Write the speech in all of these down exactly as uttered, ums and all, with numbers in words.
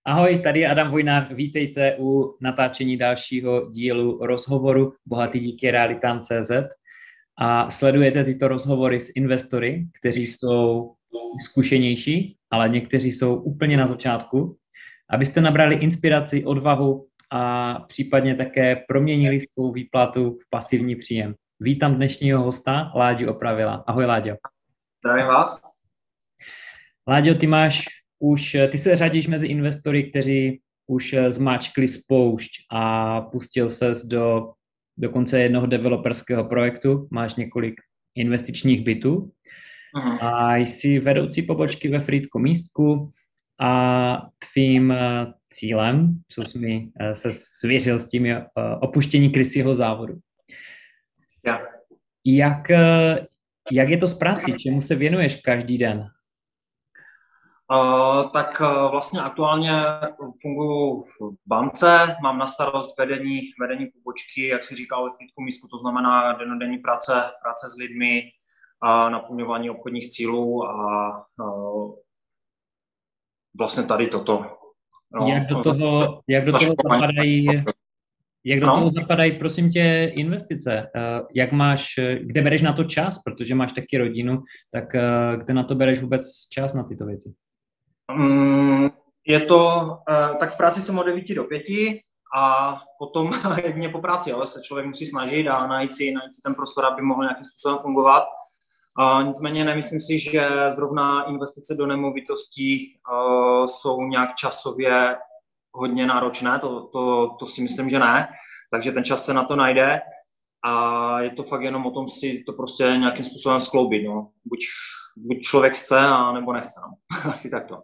Ahoj, tady je Adam Vojnár, vítejte u natáčení dalšího dílu rozhovoru Bohatý díky realitám tečka cé zet a sledujete tyto rozhovory s investory, kteří jsou zkušenější, ale někteří jsou úplně na začátku, abyste nabrali inspiraci, odvahu a případně také proměnili svou výplatu v pasivní příjem. Vítám dnešního hosta, Láďu Opravila. Ahoj, Láďo. Zdravím vás. Láďo, ty máš už, ty se řadíš mezi investory, kteří už zmáčkli spoušť a pustil ses do dokonce jednoho developerského projektu, máš několik investičních bytů Mhm. a jsi vedoucí pobočky ve Frýdku Místku a tvým cílem, co jsi mi se svěřil s tím, je opuštění krysího závodu. Ja. Jak, jak je to s prací? Čemu se věnuješ každý den? Uh, tak uh, vlastně aktuálně funguji v bance, mám na starost vedení, vedení pobočky, jak si říkal, ve Frýdku Místku, to znamená dennodenní práce, práce s lidmi, a naplňování obchodních cílů a uh, vlastně tady toto. No, jak do toho, jak do toho zapadají, jak do no? toho zapadají, prosím tě, investice? Jak máš, kde bereš na to čas, protože máš taky rodinu, tak kde na to bereš vůbec čas na tyto věci? Um, je to, uh, tak v práci jsem od devíti do pěti a potom jedině po práci, ale se člověk musí snažit a najít si, najít si ten prostor, aby mohl nějakým způsobem fungovat. Uh, nicméně nemyslím si, že zrovna investice do nemovitostí uh, jsou nějak časově hodně náročné, to, to, to si myslím, že ne, takže ten čas se na to najde a je to fakt jenom o tom si to prostě nějakým způsobem skloubit, no. Buď, buď člověk chce, a nebo nechce, no. Asi takto.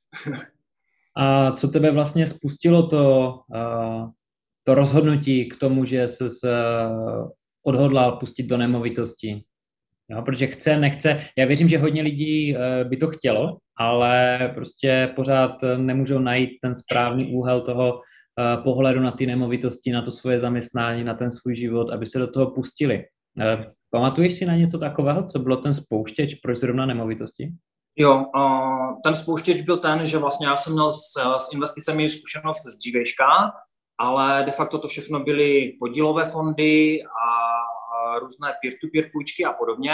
A co tebe vlastně spustilo to, uh, to rozhodnutí k tomu, že jsi uh, odhodlal pustit do nemovitosti? Jo, protože chce, nechce. Já věřím, že hodně lidí by to chtělo, ale prostě pořád nemůžou najít ten správný úhel toho pohledu na ty nemovitosti, na to svoje zaměstnání, na ten svůj život, aby se do toho pustili. Pamatuješ si na něco takového, co bylo ten spouštěč, proč zrovna nemovitosti? Jo, ten spouštěč byl ten, že vlastně já jsem měl s, s investicemi zkušenost z dřívejška, ale de facto to všechno byly podílové fondy a různé peer-to-peer půjčky a podobně.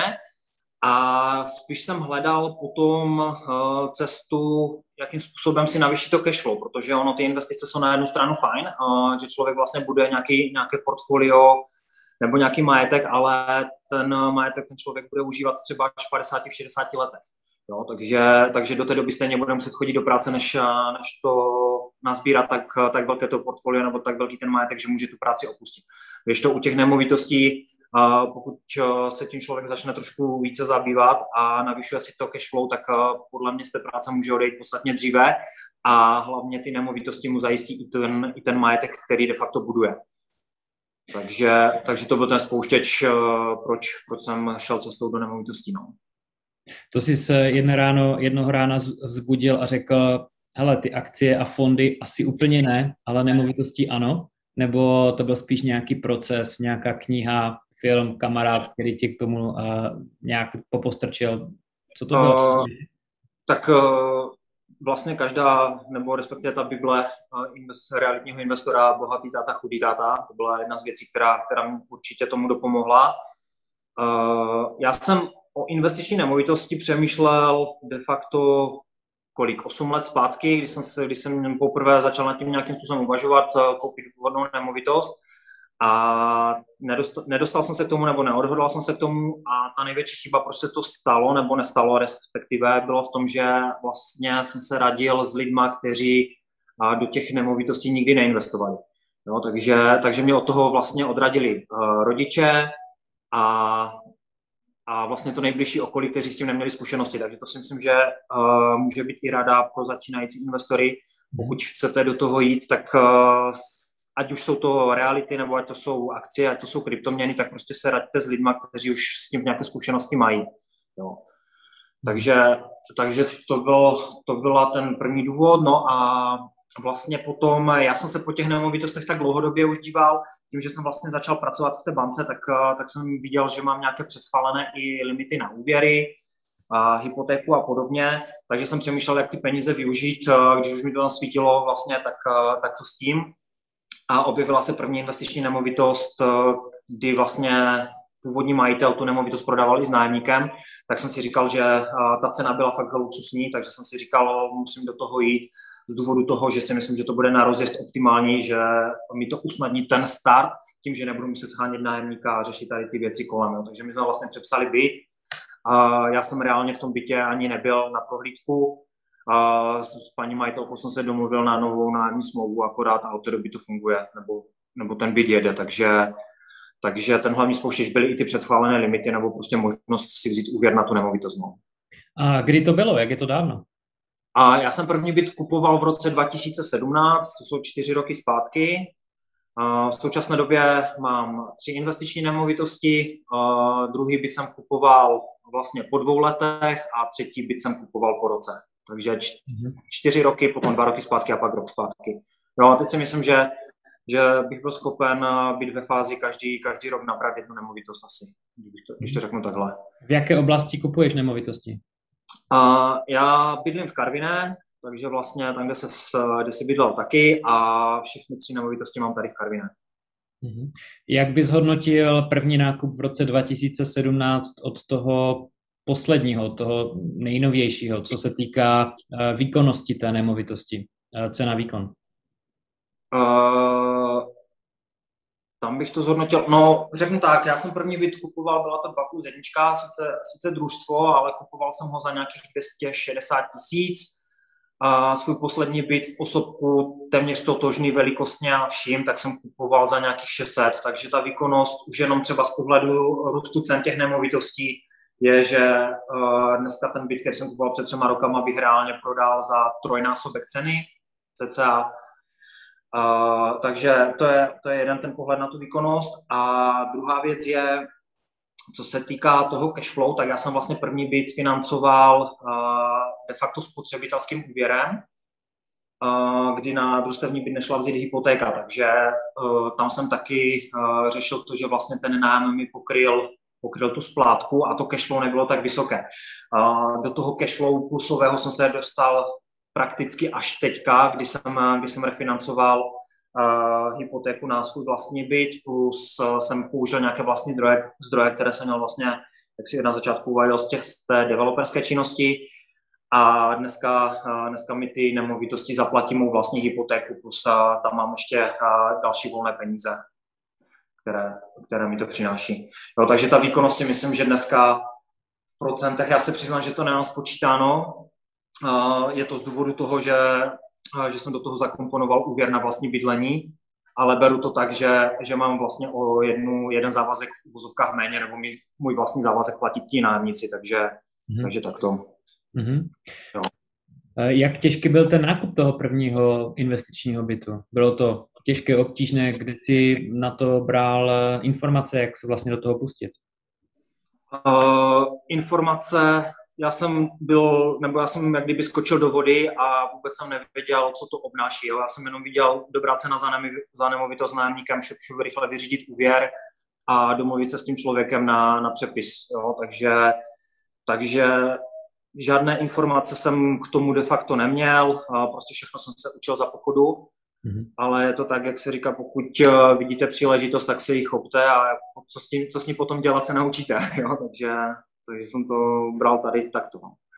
A spíš jsem hledal potom uh, cestu, jakým způsobem si navýšit to cashflow, protože ono, ty investice jsou na jednu stranu fajn, uh, že člověk vlastně bude nějaký, nějaké portfolio nebo nějaký majetek, ale ten majetek ten člověk bude užívat třeba až v padesáti, v šedesáti letech. Jo, takže, takže do té doby stejně bude muset chodit do práce, než, než to nazbírat tak, tak velké to portfolio nebo tak velký ten majetek, že může tu práci opustit. Když to u těch nemovitostí, pokud se tím člověk začne trošku více zabývat a navyšuje si to cash flow, tak podle mě z té práce může odejít podstatně dříve a hlavně ty nemovitosti mu zajistí i ten, i ten majetek, který de facto buduje. Takže, takže to byl ten spouštěč, proč, proč jsem šel cestou do nemovitostí. No. To jsi se jedno ráno, jednoho rána vzbudil a řekl, hele, ty akcie a fondy asi úplně ne, ale nemovitosti ano? Nebo to byl spíš nějaký proces, nějaká kniha, film, kamarád, který tě k tomu uh, nějak popostrčil? Co to bylo? Uh, tak uh, vlastně každá, nebo respektive ta Bible uh, invest, realitního investora Bohatý táta, chudý táta, to byla jedna z věcí, která, která mi určitě tomu dopomohla. Uh, já jsem o investiční nemovitosti přemýšlel de facto kolik, osm let zpátky, když jsem, se, když jsem poprvé začal nad tím nějakým způsobem uvažovat, koupit vhodnou nemovitost a nedostal, nedostal jsem se k tomu, nebo neodhodlal jsem se k tomu a ta největší chyba, proč se to stalo nebo nestalo, respektive bylo v tom, že vlastně jsem se radil s lidma, kteří do těch nemovitostí nikdy neinvestovali. Jo, takže, takže mě od toho vlastně odradili uh, rodiče a a vlastně to nejbližší okolí, kteří s tím neměli zkušenosti. Takže to si myslím, že uh, může být i rada pro začínající investory. Pokud chcete do toho jít, tak uh, ať už jsou to reality, nebo ať to jsou akcie, ať to jsou kryptoměny, tak prostě se raďte s lidma, kteří už s tím nějaké zkušenosti mají. Jo. Takže, takže to, bylo, to byla ten první důvod. No a vlastně potom, já jsem se po těch nemovitostech tak dlouhodobě už díval, tím, že jsem vlastně začal pracovat v té bance, tak, tak jsem viděl, že mám nějaké předschválené i limity na úvěry, a hypotéku a podobně, takže jsem přemýšlel, jak ty peníze využít, když už mi to tam svítilo vlastně, tak, tak co s tím. A objevila se první investiční nemovitost, kdy vlastně původní majitel tu nemovitost prodával i s nájemníkem, tak jsem si říkal, že ta cena byla fakt luxusní, takže jsem si říkal, musím do toho jít z důvodu toho, že si myslím, že to bude na rozjezd optimální, že mi to usnadní ten start tím, že nebudu muset shánět nájemníka a řešit tady ty věci kolem. Jo. Takže my jsme vlastně přepsali byt. A já jsem reálně v tom bytě ani nebyl na prohlídku. A s paní majitelkou jsem se domluvil na novou nájemní smlouvu akorát a od té doby to funguje, nebo, nebo ten byt jede, takže, takže ten hlavní spouštěč byly i ty předschválené limity nebo prostě možnost si vzít úvěr na tu nemovitost. No. A kdy to bylo? Jak je to dávno? A já jsem první byt kupoval v roce dva tisíce sedmnáct, to jsou čtyři roky zpátky. A v současné době mám tři investiční nemovitosti, a druhý byt jsem kupoval vlastně po dvou letech a třetí byt jsem kupoval po roce. Takže čtyři roky, potom dva roky zpátky a pak rok zpátky. Jo, a teď si myslím, že, že bych byl schopen být ve fázi každý, každý rok nabrat jednu nemovitost asi, když to, když to řeknu takhle. V jaké oblasti kupuješ nemovitosti? A já bydlím v Karviné, takže vlastně tam, kde, se, kde si bydlel taky a všechny tři nemovitosti mám tady v Karviné. Jak bys hodnotil první nákup v roce dva tisíce sedmnáct od toho posledního, toho nejnovějšího, co se týká výkonnosti té nemovitosti, cena výkon? Uh, tam bych to zhodnotil, no řeknu tak, já jsem první byt kupoval, byla to dva plus jednička, sice, sice družstvo, ale kupoval jsem ho za nějakých dvě stě šedesát tisíc. A svůj poslední byt v Osobku, téměř totožný velikostně a vším, tak jsem kupoval za nějakých šest set, takže ta výkonnost už jenom třeba z pohledu růstu cen těch nemovitostí je, že uh, dneska ten byt, který jsem kupoval před třema rokama, bych reálně prodal za trojnásobek ceny cca. Uh, takže to je, to je jeden ten pohled na tu výkonnost. A druhá věc je, co se týká toho cash flow, tak já jsem vlastně první byt financoval uh, de facto spotřebitelským úvěrem, uh, kdy na družstevní byt nešla vzít hypotéka, takže uh, tam jsem taky uh, řešil to, že vlastně ten nájem mi pokryl, pokryl tu splátku a to cash flow nebylo tak vysoké. Uh, do toho cash flow plusového jsem se dostal prakticky až teďka, kdy jsem, kdy jsem refinancoval Uh, hypotéku na svůj vlastní byt, plus uh, jsem použil nějaké vlastní zdroje, zdroje, které jsem měl vlastně, jak si na začátku uváděl, z, těch, z té developerské činnosti a dneska, uh, dneska mi ty nemovitosti zaplatí mou vlastní hypotéku, plus uh, tam mám ještě uh, další volné peníze, které, které mi to přináší. Jo, takže ta výkonnost si myslím, že dneska v procentech, já se přiznám, že to nemám spočítáno, uh, je to z důvodu toho, že že jsem do toho zakomponoval úvěr na vlastní bydlení, ale beru to tak, že, že mám vlastně o jednu, jeden závazek v uvozovkách méně, nebo mi, můj vlastní závazek platit ti nájemníci, takže, mm-hmm. takže takto. Mm-hmm. Jo. Jak těžký byl ten nákup toho prvního investičního bytu? Bylo to těžké, obtížné, kdy jsi na to bral informace, jak se vlastně do toho pustit? Uh, informace... Já jsem byl, nebo já jsem jak kdyby skočil do vody a vůbec jsem nevěděl, co to obnáší. Jo. Já jsem jenom viděl dobrá cena za, nemi, za nemovitost s nájemníkem, šup, šup, rychle vyřídit úvěr a domluvit se s tím člověkem na, na přepis. Jo. Takže, takže žádné informace jsem k tomu de facto neměl, a prostě všechno jsem se učil za pochodu. Mm-hmm. Ale je to tak, jak se říká, pokud vidíte příležitost, tak si ji chopte a co s, tím, co s ní potom dělat, se naučíte. Jo. Takže Takže jsem to bral tady takto.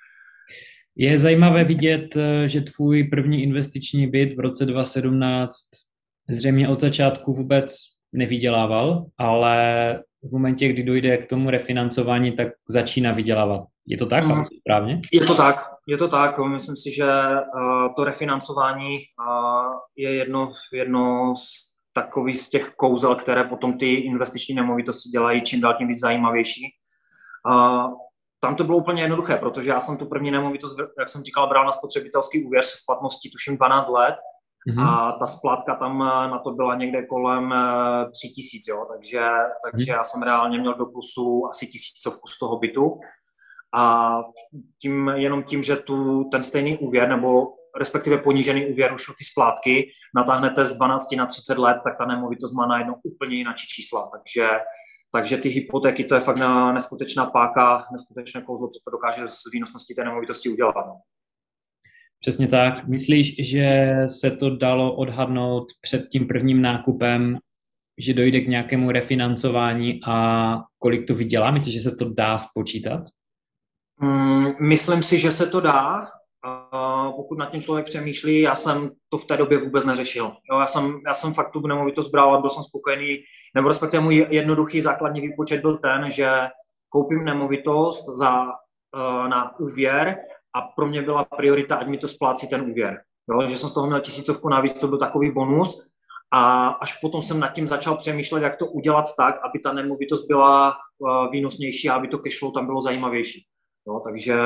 Je zajímavé vidět, že tvůj první investiční byt v roce dva tisíce sedmnáct zřejmě od začátku vůbec nevydělával, ale v momentě, kdy dojde k tomu refinancování, tak začíná vydělávat. Je to tak? Mm. Správně? Je to tak, je to tak. Myslím si, že uh, to refinancování uh, je jedno, jedno z takových z těch kouzel, které potom ty investiční nemovitosti dělají čím dál tím víc zajímavější. Uh, tam to bylo úplně jednoduché, protože já jsem tu první nemovitost, jak jsem říkal, bral na spotřebitelský úvěr se splatností tuším dvanáct let mm-hmm. a ta splátka tam na to byla někde kolem uh, tři tisíc, jo, takže, takže mm-hmm. já jsem reálně měl do plusu asi tisícovku z toho bytu a tím, jenom tím, že tu, ten stejný úvěr nebo respektive ponížený úvěr už ty splátky natáhnete z dvanácti na třicet let, tak ta nemovitost má najednou úplně jiná čísla, takže Takže ty hypotéky, to je fakt na neskutečná páka, neskutečné kouzlo, co to dokáže z výnosnosti té nemovitosti udělat. Přesně tak. Myslíš, že se to dalo odhadnout před tím prvním nákupem, že dojde k nějakému refinancování a kolik to vydělá? Myslíš, že se to dá spočítat? Mm, myslím si, že se to dá. Uh, pokud nad tím člověk přemýšlí, já jsem to v té době vůbec neřešil. Jo, já, jsem, já jsem fakt tu nemovitost bral a byl jsem spokojený, nebo respektive můj jednoduchý základní výpočet byl ten, že koupím nemovitost za, uh, na úvěr a pro mě byla priorita, ať mi to splácí ten úvěr. Jo, že jsem z toho měl tisícovku navíc, to byl takový bonus. A až potom jsem nad tím začal přemýšlet, jak to udělat tak, aby ta nemovitost byla uh, výnosnější a aby to cashflow tam bylo zajímavější. Jo, takže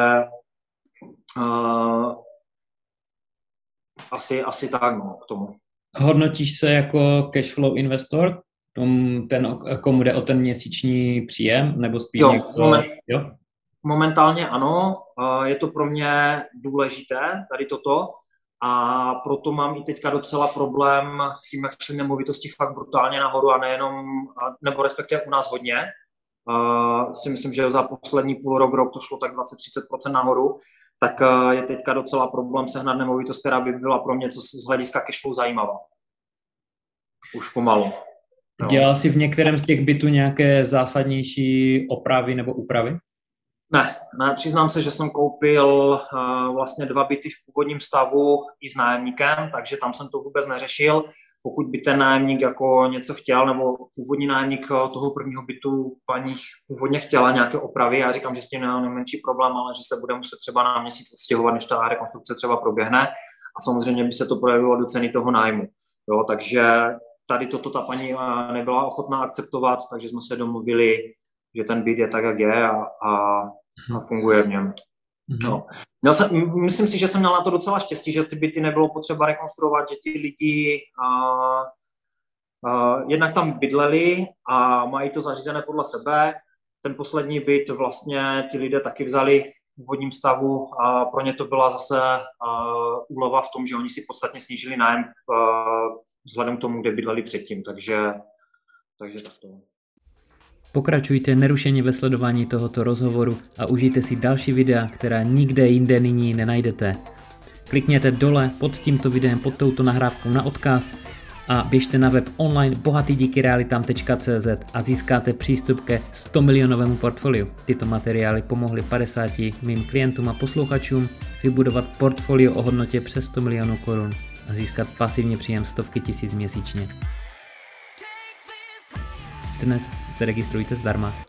uh, asi, asi tak no, k tomu. Hodnotíš se jako cashflow investor? Tom, ten, komu jde o ten měsíční příjem? Nebo spíš jo, někdo, moment, jo? Momentálně ano, uh, je to pro mě důležité, tady toto. A proto mám i teďka docela problém s tím, jak šly nemovitosti fakt brutálně nahoru a nejenom, nebo respektive u nás hodně. Uh, si myslím, že za poslední půl rok, rok to šlo tak dvacet až třicet procent nahoru, tak uh, je teďka docela problém sehnat nemovitost, která by byla pro mě co z hlediska cashflow zajímavá. Už pomalu. No. Dělal jsi v některém z těch bytů nějaké zásadnější opravy nebo úpravy? Ne, ne, přiznám se, že jsem koupil uh, vlastně dva byty v původním stavu i s nájemníkem, takže tam jsem to vůbec neřešil. Pokud by ten nájemník jako něco chtěl, nebo původní nájemník toho prvního bytu paní původně chtěla nějaké opravy, já říkám, že s tím nemám nejmenší problém, ale že se bude muset třeba na měsíc odstěhovat, než ta rekonstrukce třeba proběhne. A samozřejmě by se to projevilo do ceny toho nájmu. Jo, takže tady toto ta paní nebyla ochotná akceptovat, takže jsme se domluvili, že ten byt je tak, jak je a, a, a funguje v něm. No. Měl jsem, myslím si, že jsem měl na to docela štěstí, že ty byty nebylo potřeba rekonstruovat, že ti lidi uh, uh, jednak tam bydleli a mají to zařízené podle sebe. Ten poslední byt vlastně ti lidé taky vzali v původním stavu a pro ně to byla zase uh, úleva v tom, že oni si podstatně snížili nájem uh, vzhledem k tomu, kde bydleli předtím, takže, takže tak to. Pokračujte nerušeně ve sledování tohoto rozhovoru a užijte si další videa, která nikde jinde nyní nenajdete. Klikněte dole pod tímto videem, pod touto nahrávkou na odkaz a běžte na web online bohatý díky realitám tečka cé zet a získáte přístup ke sto milionovému portfoliu. Tyto materiály pomohly padesáti mým klientům a posluchačům vybudovat portfolio o hodnotě přes sto milionů korun a získat pasivní příjem stovky tisíc měsíčně. Dnes se registrujte zdarma.